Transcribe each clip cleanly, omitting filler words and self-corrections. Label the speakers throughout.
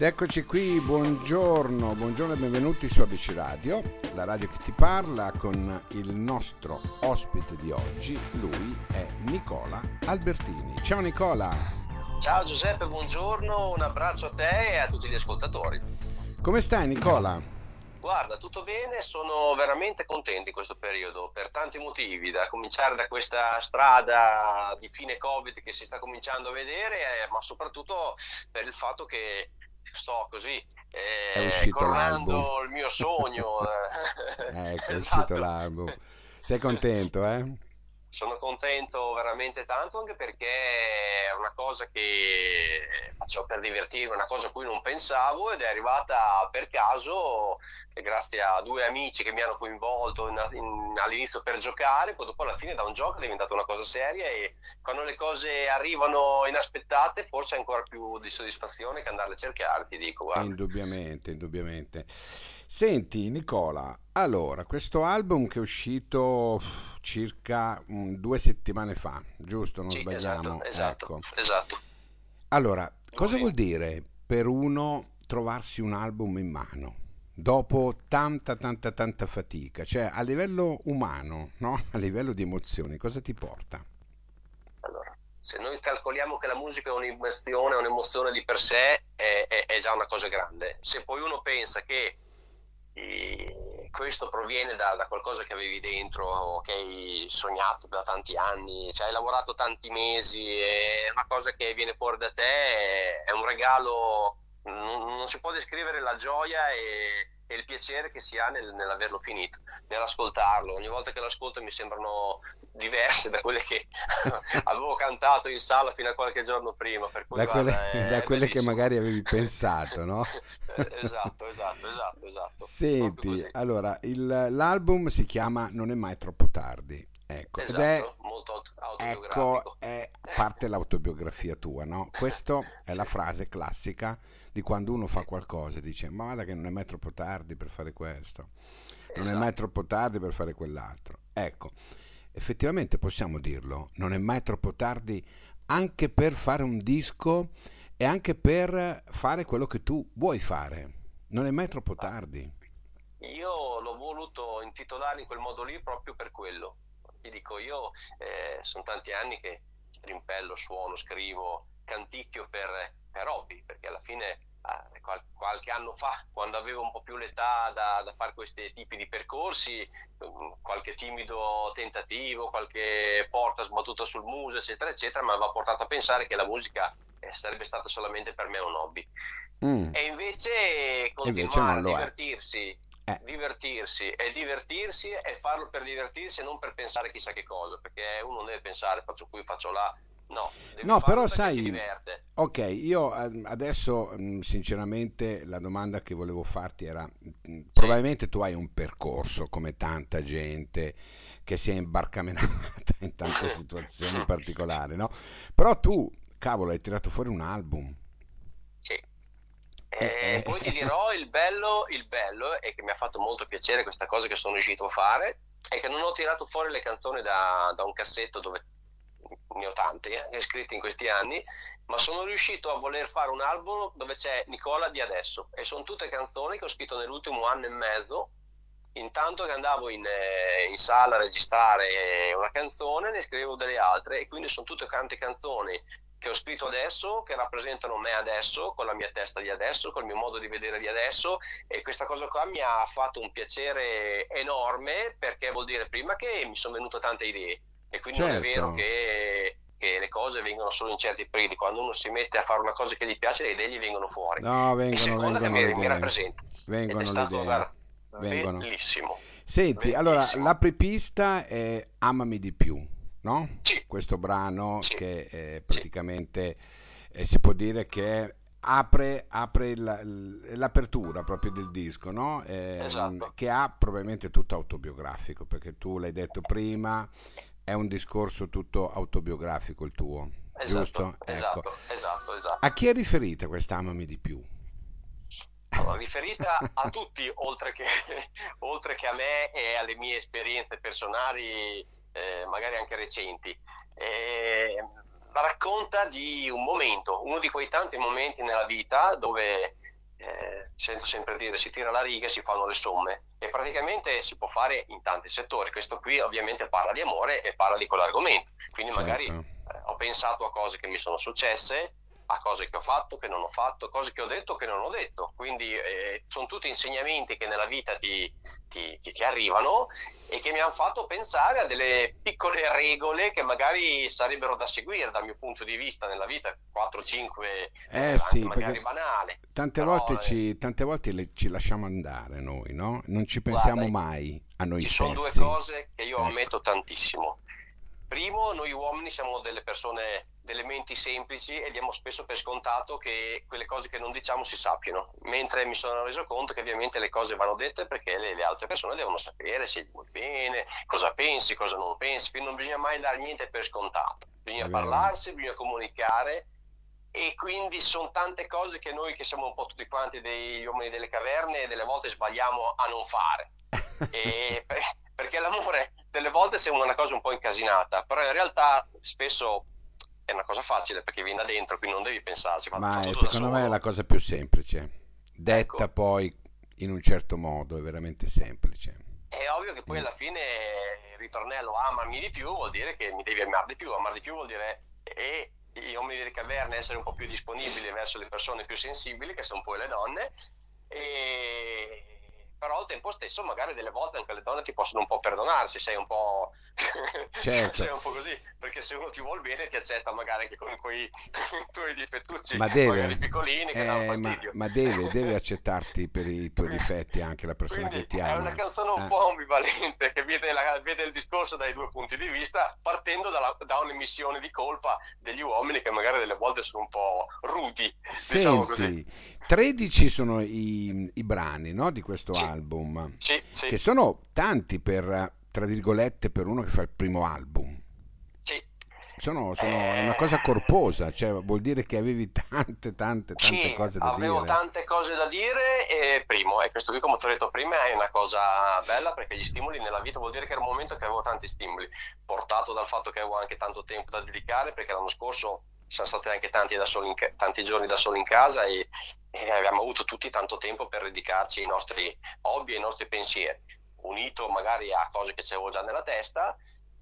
Speaker 1: Ed eccoci qui, buongiorno e benvenuti su ABC Radio, la radio che ti parla, con il nostro ospite di oggi. Lui è Nicola Albertini. Ciao Nicola!
Speaker 2: Ciao Giuseppe, buongiorno, un abbraccio a te e a tutti gli ascoltatori.
Speaker 1: Come stai Nicola?
Speaker 2: Guarda, tutto bene, sono veramente contento in questo periodo per tanti motivi, da cominciare da questa strada di fine Covid che si sta cominciando a vedere, ma soprattutto per il fatto che sto così
Speaker 1: È uscito l'album.
Speaker 2: coronando il mio sogno.
Speaker 1: Ecco, è uscito
Speaker 2: Esatto.
Speaker 1: l'album. Sei contento, eh?
Speaker 2: Sono contento veramente tanto, anche perché è una cosa che faccio per divertirmi, una cosa a cui non pensavo ed è arrivata per caso, e grazie a due amici che mi hanno coinvolto all'inizio per giocare, poi dopo alla fine da un gioco è diventata una cosa seria, e quando le cose arrivano inaspettate forse è ancora più di soddisfazione che andarle a cercare, ti dico, guarda.
Speaker 1: Indubbiamente, indubbiamente. Senti Nicola, allora, questo album che è uscito circa 2 settimane fa, giusto? Non
Speaker 2: Sì, esatto,
Speaker 1: sbagliamo?
Speaker 2: esatto,
Speaker 1: Ecco.
Speaker 2: esatto.
Speaker 1: Allora, cosa vuol
Speaker 2: Novembre.
Speaker 1: dire per uno trovarsi un album in mano? Dopo tanta fatica, cioè a livello umano, no? A livello di emozioni, cosa ti porta?
Speaker 2: Allora, se noi calcoliamo che la musica è un'emozione di per sé, è già una cosa grande. Se poi uno pensa che questo proviene da qualcosa che avevi dentro, che hai sognato da tanti anni, cioè hai lavorato tanti mesi, è una cosa che viene fuori da te, è un regalo, non si può descrivere la gioia e il piacere che si ha nell'averlo finito, nell'ascoltarlo. Ogni volta che l'ascolto mi sembrano diverse da quelle che avevo cantato in sala fino a qualche giorno prima, per cui
Speaker 1: Da quelle,
Speaker 2: guarda,
Speaker 1: da
Speaker 2: è
Speaker 1: quelle che
Speaker 2: bellissimo.
Speaker 1: magari avevi pensato, no?
Speaker 2: Esatto, proprio
Speaker 1: Senti,
Speaker 2: così.
Speaker 1: allora, l'album si chiama Non è mai troppo tardi, ecco, ed è,
Speaker 2: Esatto, molto
Speaker 1: ecco,
Speaker 2: autobiografico.
Speaker 1: è parte l'autobiografia tua, no? Questa è la
Speaker 2: Sì,
Speaker 1: frase classica di quando uno fa
Speaker 2: sì,
Speaker 1: qualcosa e dice, ma guarda che non è mai troppo tardi per fare questo, non è mai
Speaker 2: esatto.
Speaker 1: troppo tardi per fare quell'altro. Ecco, effettivamente possiamo dirlo, non è mai troppo tardi anche per fare un disco e anche per fare quello che tu vuoi fare. Non è mai troppo
Speaker 2: Ma
Speaker 1: tardi.
Speaker 2: io l'ho voluto intitolare in quel modo lì proprio per quello. Ti dico, io sono tanti anni che strimpello, suono, scrivo, canticchio per hobby, perché alla fine qualche anno fa, quando avevo un po' più l'età da fare questi tipi di percorsi, qualche timido tentativo, qualche porta sbattuta sul muso, eccetera, eccetera, mi aveva portato a pensare che la musica sarebbe stata solamente per me un hobby.
Speaker 1: Mm,
Speaker 2: E invece
Speaker 1: e invece
Speaker 2: continuare
Speaker 1: non
Speaker 2: a
Speaker 1: lo è.
Speaker 2: divertirsi,
Speaker 1: Eh,
Speaker 2: divertirsi e farlo per divertirsi e non per pensare chissà che cosa, perché uno non deve pensare faccio qui, faccio là, no, devi
Speaker 1: no, però
Speaker 2: farlo perché ti
Speaker 1: sai,
Speaker 2: diverte.
Speaker 1: ok, io adesso sinceramente la domanda che volevo farti era,
Speaker 2: Sì,
Speaker 1: probabilmente tu hai un percorso come tanta gente che si è imbarcamenata in tante situazioni particolari, no? Però tu, cavolo, hai tirato fuori un album.
Speaker 2: sì.
Speaker 1: Eh,
Speaker 2: E
Speaker 1: eh,
Speaker 2: poi ti dirò il bello è che mi ha fatto molto piacere questa cosa che sono riuscito a fare, è che non ho tirato fuori le canzoni da un cassetto dove ne ho tante, scritte in questi anni, ma sono riuscito a voler fare un album dove c'è Nicola di adesso, e sono tutte canzoni che ho scritto nell'ultimo anno e mezzo, intanto che andavo in sala a registrare una canzone, ne scrivevo delle altre, e quindi sono tutte tante canzoni che ho scritto adesso, che rappresentano me adesso, con la mia testa di adesso, col mio modo di vedere di adesso, e questa cosa qua mi ha fatto un piacere enorme, perché vuol dire prima che mi sono venute tante idee, e quindi non è vero
Speaker 1: certo,
Speaker 2: che le cose vengono solo in certi periodi. Quando uno si mette a fare una cosa che gli piace, le idee gli vengono fuori.
Speaker 1: no,
Speaker 2: E
Speaker 1: vengono,
Speaker 2: seconda che
Speaker 1: vengono le
Speaker 2: mi
Speaker 1: idee,
Speaker 2: rappresenta, ed è
Speaker 1: vengono le
Speaker 2: stato,
Speaker 1: idee,
Speaker 2: guarda,
Speaker 1: vengono.
Speaker 2: bellissimo,
Speaker 1: Senti, allora,
Speaker 2: bellissimo.
Speaker 1: l'apripista è Amami di più, no?
Speaker 2: Sì,
Speaker 1: Questo brano
Speaker 2: sì,
Speaker 1: che
Speaker 2: sì,
Speaker 1: praticamente si può dire che apre l'apertura proprio del disco, no?
Speaker 2: esatto,
Speaker 1: Che ha probabilmente tutto autobiografico, perché tu l'hai detto prima, è un discorso tutto autobiografico il tuo, giusto? Ecco. A
Speaker 2: esatto.
Speaker 1: chi è riferita questa Amami di più?
Speaker 2: Allora, riferita a tutti, oltre che a me e alle mie esperienze personali, magari anche recenti. La racconta di un momento, uno di quei tanti momenti nella vita dove, sento sempre dire, si tira la riga e si fanno le somme, e praticamente si può fare in tanti settori. Questo qui ovviamente parla di amore e parla di quell'argomento, quindi magari
Speaker 1: certo.
Speaker 2: ho pensato a cose che mi sono successe, a cose che ho fatto, che non ho fatto, cose che ho detto, che non ho detto, quindi sono tutti insegnamenti che nella vita ti arrivano e che mi hanno fatto pensare a delle piccole regole che magari sarebbero da seguire dal mio punto di vista nella vita, 4-5,
Speaker 1: Eh
Speaker 2: anche
Speaker 1: sì,
Speaker 2: magari
Speaker 1: perché
Speaker 2: banale,
Speaker 1: tante
Speaker 2: però
Speaker 1: volte ci lasciamo andare noi, no? Non ci pensiamo
Speaker 2: guarda,
Speaker 1: mai a noi
Speaker 2: ci sono due
Speaker 1: stessi.
Speaker 2: cose che io
Speaker 1: Ecco,
Speaker 2: ammetto tantissimo. Primo, noi uomini siamo delle persone, delle menti semplici e diamo spesso per scontato che quelle cose che non diciamo si sappiano, mentre mi sono reso conto che ovviamente le cose vanno dette perché le altre persone devono sapere se gli vuoi bene, cosa pensi, cosa non pensi, quindi non bisogna mai dare niente per scontato,
Speaker 1: è
Speaker 2: bisogna
Speaker 1: vero.
Speaker 2: parlarsi, bisogna comunicare, e quindi sono tante cose che noi che siamo un po' tutti quanti degli uomini delle caverne delle volte sbagliamo a non fare. E perché l'amore delle volte sembra una cosa un po' incasinata, però in realtà spesso è una cosa facile perché viene da dentro, quindi non devi pensarci, fa tutto da
Speaker 1: Secondo me è la
Speaker 2: solo.
Speaker 1: cosa più semplice. Detta
Speaker 2: Ecco,
Speaker 1: poi in un certo modo, è veramente semplice.
Speaker 2: è ovvio che poi
Speaker 1: Mm.
Speaker 2: alla fine il ritornello amami di più vuol dire che mi devi amare di più vuol dire e gli uomini delle caverne essere un po' più disponibili verso le persone più sensibili, che sono poi le donne, e però al tempo stesso magari delle volte anche le donne ti possono un po' perdonare se sei un po' se
Speaker 1: Certo,
Speaker 2: sei un po' così, perché se uno ti vuol bene ti accetta magari anche con quei tuoi difettucci
Speaker 1: ma
Speaker 2: magari
Speaker 1: deve,
Speaker 2: piccolini che danno fastidio.
Speaker 1: ma deve accettarti per i tuoi difetti anche la persona
Speaker 2: Quindi
Speaker 1: che ti
Speaker 2: è una
Speaker 1: ama.
Speaker 2: canzone un po' ambivalente che vede il discorso dai due punti di vista, partendo da un'emissione di colpa degli uomini che magari delle volte sono un po' rudi, diciamo così.
Speaker 1: Senti, 13 sono i brani, no, di questo
Speaker 2: Sì,
Speaker 1: album,
Speaker 2: sì, sì,
Speaker 1: che sono tanti per, tra virgolette, per uno che fa il primo album.
Speaker 2: sì.
Speaker 1: È una cosa
Speaker 2: Eh,
Speaker 1: corposa, cioè vuol dire che avevi tante
Speaker 2: Sì,
Speaker 1: cose da
Speaker 2: avevo
Speaker 1: dire.
Speaker 2: tante cose da dire e primo, e questo qui come ti ho detto prima è una cosa bella perché gli stimoli nella vita vuol dire che era un momento che avevo tanti stimoli, portato dal fatto che avevo anche tanto tempo da dedicare perché l'anno scorso siamo stati anche tanti giorni da soli in casa e abbiamo avuto tutti tanto tempo per dedicarci ai nostri hobby e ai nostri pensieri, unito magari a cose che c'avevo già nella testa.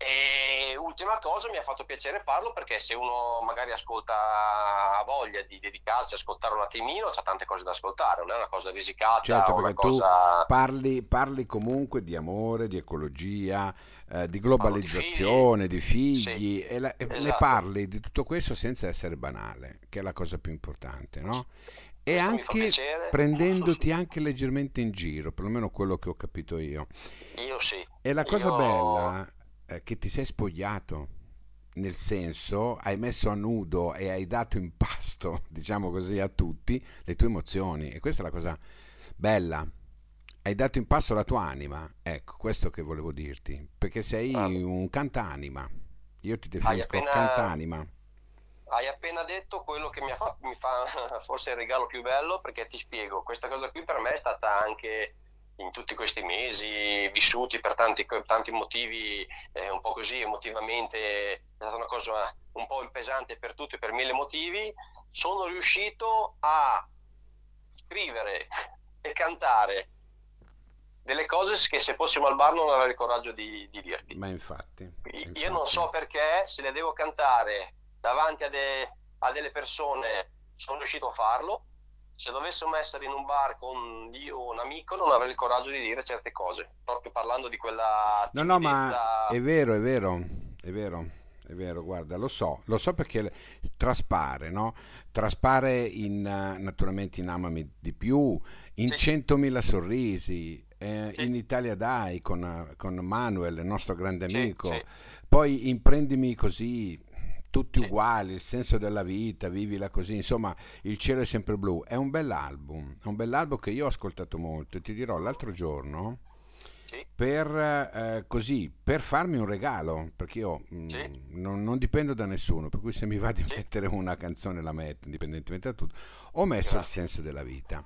Speaker 2: E ultima cosa, mi ha fatto piacere farlo perché se uno magari ascolta, ha voglia di dedicarsi a ascoltare un attimino, c'ha tante cose da ascoltare, non è una cosa risicata
Speaker 1: Certo,
Speaker 2: o una
Speaker 1: perché tu
Speaker 2: cosa...
Speaker 1: parli comunque di amore, di ecologia, di
Speaker 2: Parlo di figli,
Speaker 1: globalizzazione, di
Speaker 2: sì,
Speaker 1: figli, e ne
Speaker 2: esatto.
Speaker 1: parli di tutto questo senza essere banale, che è la cosa più importante, no? E
Speaker 2: Questo mi fa
Speaker 1: anche
Speaker 2: piacere.
Speaker 1: prendendoti anche leggermente in giro, perlomeno quello che ho capito io.
Speaker 2: Io sì,
Speaker 1: E la cosa
Speaker 2: io...
Speaker 1: bella è che ti sei spogliato, nel senso hai messo a nudo e hai dato in pasto, diciamo così, a tutti le tue emozioni. E questa è la cosa bella. Hai dato in pasto la tua anima. Ecco, questo che volevo dirti. Perché sei
Speaker 2: Guarda,
Speaker 1: un cantanima. Io ti
Speaker 2: hai
Speaker 1: definisco
Speaker 2: appena
Speaker 1: cantanima.
Speaker 2: Hai appena detto quello che mi fa forse il regalo più bello, perché ti spiego, questa cosa qui per me è stata anche in tutti questi mesi vissuti per tanti motivi, un po' così emotivamente, è stata una cosa un po' pesante per tutti, per mille motivi. Sono riuscito a scrivere e cantare delle cose che se fossimo al bar non avrei il coraggio di dirti.
Speaker 1: Ma infatti,
Speaker 2: Io non
Speaker 1: infatti.
Speaker 2: so perché, se le devo cantare davanti a delle persone, sono riuscito a farlo. Se dovessimo essere in un bar con io o un amico, non avrei il coraggio di dire certe cose, proprio parlando di quella
Speaker 1: No, no, ma
Speaker 2: timidezza.
Speaker 1: è vero, è vero, è vero, è vero, guarda, lo so perché traspare, no? Traspare naturalmente in Amami di più, in
Speaker 2: Sì,
Speaker 1: 100.000 sorrisi,
Speaker 2: sì,
Speaker 1: in Italia Dai con Manuel, il nostro grande
Speaker 2: sì,
Speaker 1: amico,
Speaker 2: sì,
Speaker 1: poi in Prendimi così, tutti
Speaker 2: sì,
Speaker 1: uguali, il senso della vita, vivila così, insomma, il cielo è sempre blu, è un bell'album che io ho ascoltato molto e ti dirò, l'altro giorno
Speaker 2: sì,
Speaker 1: per, così, per farmi un regalo, perché io
Speaker 2: sì,
Speaker 1: non dipendo da nessuno, per cui se mi va di
Speaker 2: sì,
Speaker 1: mettere una canzone la metto, indipendentemente da tutto. Ho messo il
Speaker 2: grazie.
Speaker 1: senso della vita,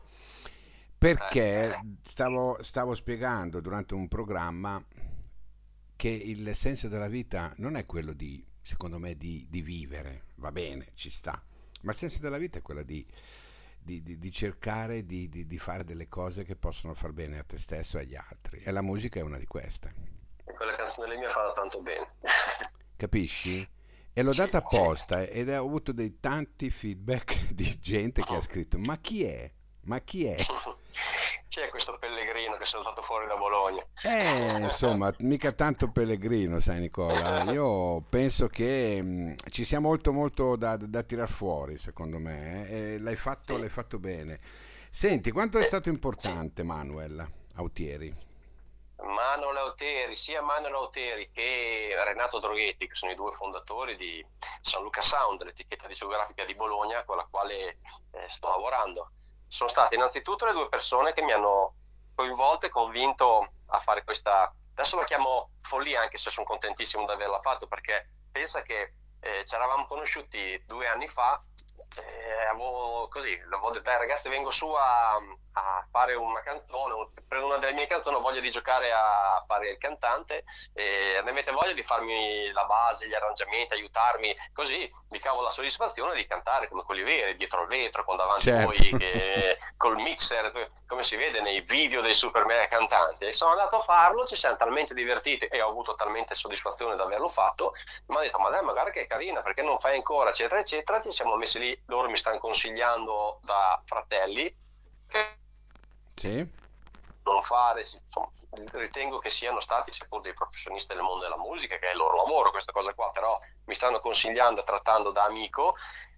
Speaker 2: Eh,
Speaker 1: perché stavo spiegando durante un programma che il senso della vita non è quello di secondo me, di vivere, va bene, ci sta, ma il senso della vita è quella di cercare di fare delle cose che possono far bene a te stesso e agli altri, e la musica è una di queste.
Speaker 2: E quella canzone lì mi ha fatto tanto bene.
Speaker 1: Capisci? E l'ho
Speaker 2: Sì,
Speaker 1: data
Speaker 2: sì.
Speaker 1: apposta ed ho avuto dei tanti feedback di gente che ha scritto: ma chi è? Ma chi è?
Speaker 2: Chi è questo pellegrino che è saltato fuori da Bologna?
Speaker 1: Insomma, mica tanto pellegrino, sai Nicola. Io penso che ci sia molto molto da tirar fuori, secondo me, e
Speaker 2: Sì.
Speaker 1: l'hai fatto bene. Senti, quanto è stato
Speaker 2: Sì.
Speaker 1: importante Manuel Autieri?
Speaker 2: Manuel Auteri, sia Manuel Auteri che Renato Droghetti, che sono i due fondatori di San Luca Sound, l'etichetta discografica di Bologna con la quale sto lavorando. Sono state innanzitutto le due persone che mi hanno coinvolto e convinto a fare questa, adesso la chiamo follia, anche se sono contentissimo di averla fatto, perché pensa che ci eravamo conosciuti 2 anni fa, avevo così, avevo detto, dai ragazzi vengo su a fare una canzone, per una delle mie canzoni ho voglia di giocare a fare il cantante, e ne avete voglia di farmi la base, gli arrangiamenti, aiutarmi, così mi cavo la soddisfazione di cantare come quelli veri, dietro al vetro, con davanti voi,
Speaker 1: Certo.
Speaker 2: col mixer, come si vede nei video dei super mega cantanti. E sono andato a farlo, ci siamo talmente divertiti e ho avuto talmente soddisfazione di averlo fatto, mi hanno detto ma dai magari che è carina, perché non fai ancora, eccetera eccetera. Ci siamo messi lì, loro mi stanno consigliando da fratelli che
Speaker 1: Sì?
Speaker 2: non fare, insomma, ritengo che siano stati seppur dei professionisti del mondo della musica, che è il loro lavoro questa cosa qua, però mi stanno consigliando, trattando da amico,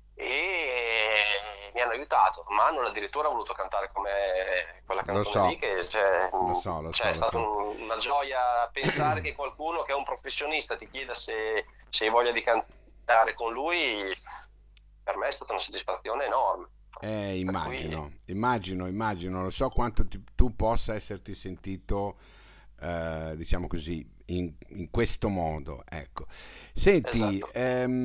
Speaker 2: e mi hanno aiutato. Manuel addirittura ha voluto cantare come quella
Speaker 1: Lo
Speaker 2: canzone lì,
Speaker 1: so,
Speaker 2: che
Speaker 1: lo so, lo so,
Speaker 2: è
Speaker 1: lo
Speaker 2: stata
Speaker 1: so.
Speaker 2: una gioia pensare che qualcuno che è un professionista ti chieda se hai voglia di cantare con lui. Per me è stata una soddisfazione enorme, per cui
Speaker 1: Immagino, lo so quanto tu possa esserti sentito, diciamo così, in questo modo, ecco. Senti,
Speaker 2: esatto.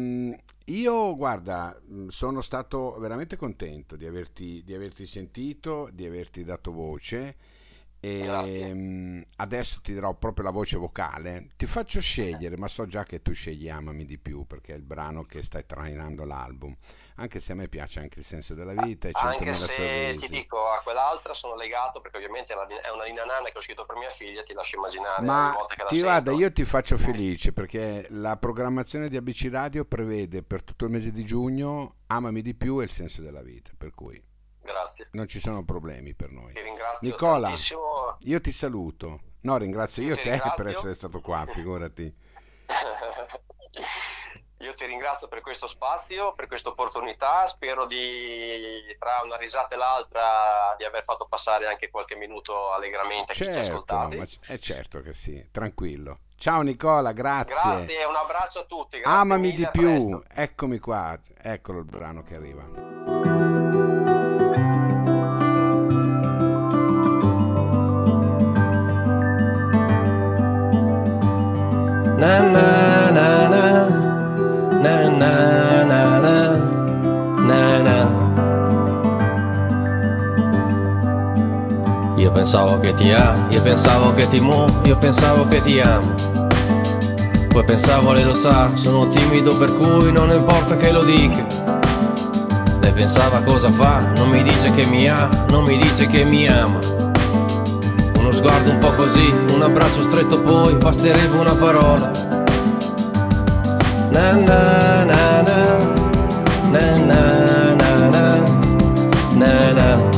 Speaker 1: io guarda, sono stato veramente contento di averti sentito, di averti dato voce.
Speaker 2: Grazie.
Speaker 1: E adesso ti darò proprio la voce vocale. Ti faccio scegliere, ma so già che tu scegli Amami di più perché è il brano che stai trainando l'album. Anche se a me piace anche il senso della vita e
Speaker 2: Anche
Speaker 1: 100.000
Speaker 2: se ti
Speaker 1: sorrisi.
Speaker 2: dico, a quell'altra sono legato perché ovviamente è una Nina Nana che ho scritto per mia figlia, ti lascio immaginare ogni
Speaker 1: Ma
Speaker 2: volta che la
Speaker 1: ti vada,
Speaker 2: sento.
Speaker 1: io ti faccio felice perché la programmazione di ABC Radio prevede per tutto il mese di giugno Amami di più e il senso della vita, per cui
Speaker 2: Grazie,
Speaker 1: non ci sono problemi per noi.
Speaker 2: ti ringrazio
Speaker 1: Nicola,
Speaker 2: tantissimo,
Speaker 1: io ti saluto. No, ringrazio
Speaker 2: io
Speaker 1: io
Speaker 2: ti
Speaker 1: te per
Speaker 2: ringrazio.
Speaker 1: essere stato qua, figurati.
Speaker 2: Io ti ringrazio per questo spazio, per questa opportunità, spero tra una risata e l'altra, di aver fatto passare anche qualche minuto allegramente a chi ci ha
Speaker 1: Certo,
Speaker 2: ascoltati.
Speaker 1: è certo che sì, tranquillo. Ciao Nicola, grazie.
Speaker 2: Grazie e un abbraccio a tutti, grazie
Speaker 1: Amami
Speaker 2: mille,
Speaker 1: di
Speaker 2: a
Speaker 1: più,
Speaker 2: presto.
Speaker 1: eccomi qua, eccolo il brano che arriva.
Speaker 3: Na na na na na na na na na na. Io pensavo che ti amo, io pensavo che ti muovo, io pensavo che ti amo. Poi pensavo lei lo sa, sono timido per cui non importa che lo dica. Lei pensava cosa fa, non mi dice che mi ha, non mi dice che mi ama. Uno sguardo un po' così, un abbraccio stretto poi, basterebbe una parola. Na na na na, na na na na, na na.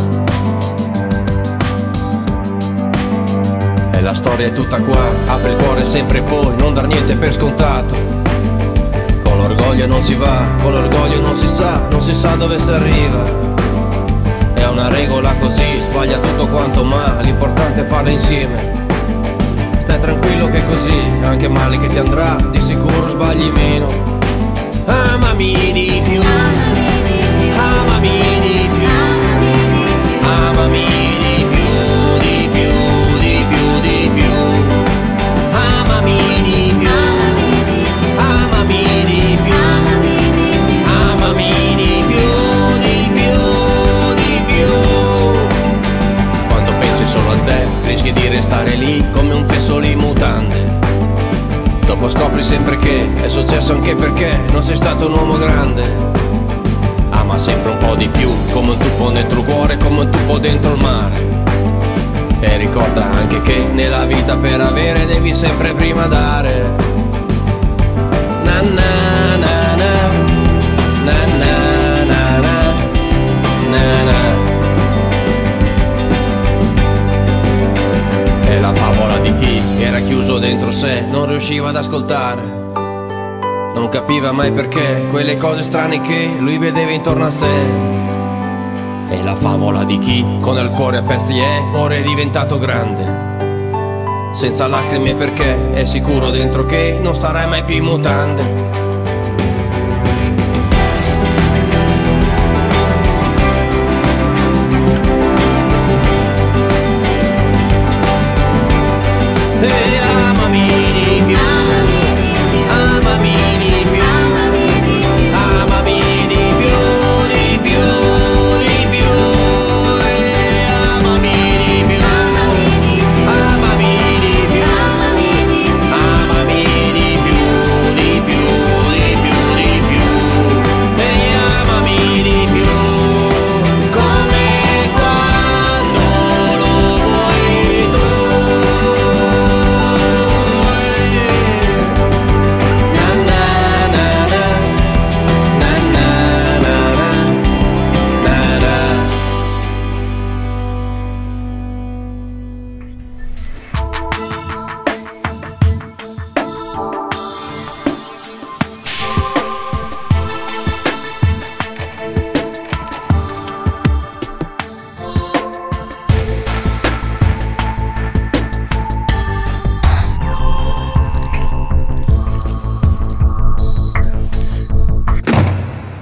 Speaker 3: E la storia è tutta qua, apri il cuore sempre poi, non dar niente per scontato. Con l'orgoglio non si va, con l'orgoglio non si sa dove si arriva. È una regola così, sbaglia tutto quanto ma l'importante è farlo insieme. Stai tranquillo che così, anche male che ti andrà, di sicuro sbagli meno. Amami di più, amami di più, amami di più, di più, di più, di più. Amami di più, amami di più, amami di più, di più, di più. Quando pensi solo a te, rischi di restare lì come un fesso in mutande. Dopo scopri sempre che è successo Forse anche perché non sei stato un uomo grande. Ama sempre un po' di più, come un tuffo dentro il cuore, come un tuffo dentro il mare. E ricorda anche che nella vita per avere devi sempre prima dare. Na na na na, na na na na, na na. È la favola di chi era chiuso dentro sé, non riusciva ad ascoltare, non capiva mai perché quelle cose strane che lui vedeva intorno a sé. È la favola di chi con il cuore a pezzi ora è diventato grande, senza lacrime perché è sicuro dentro che non starai mai più in mutande.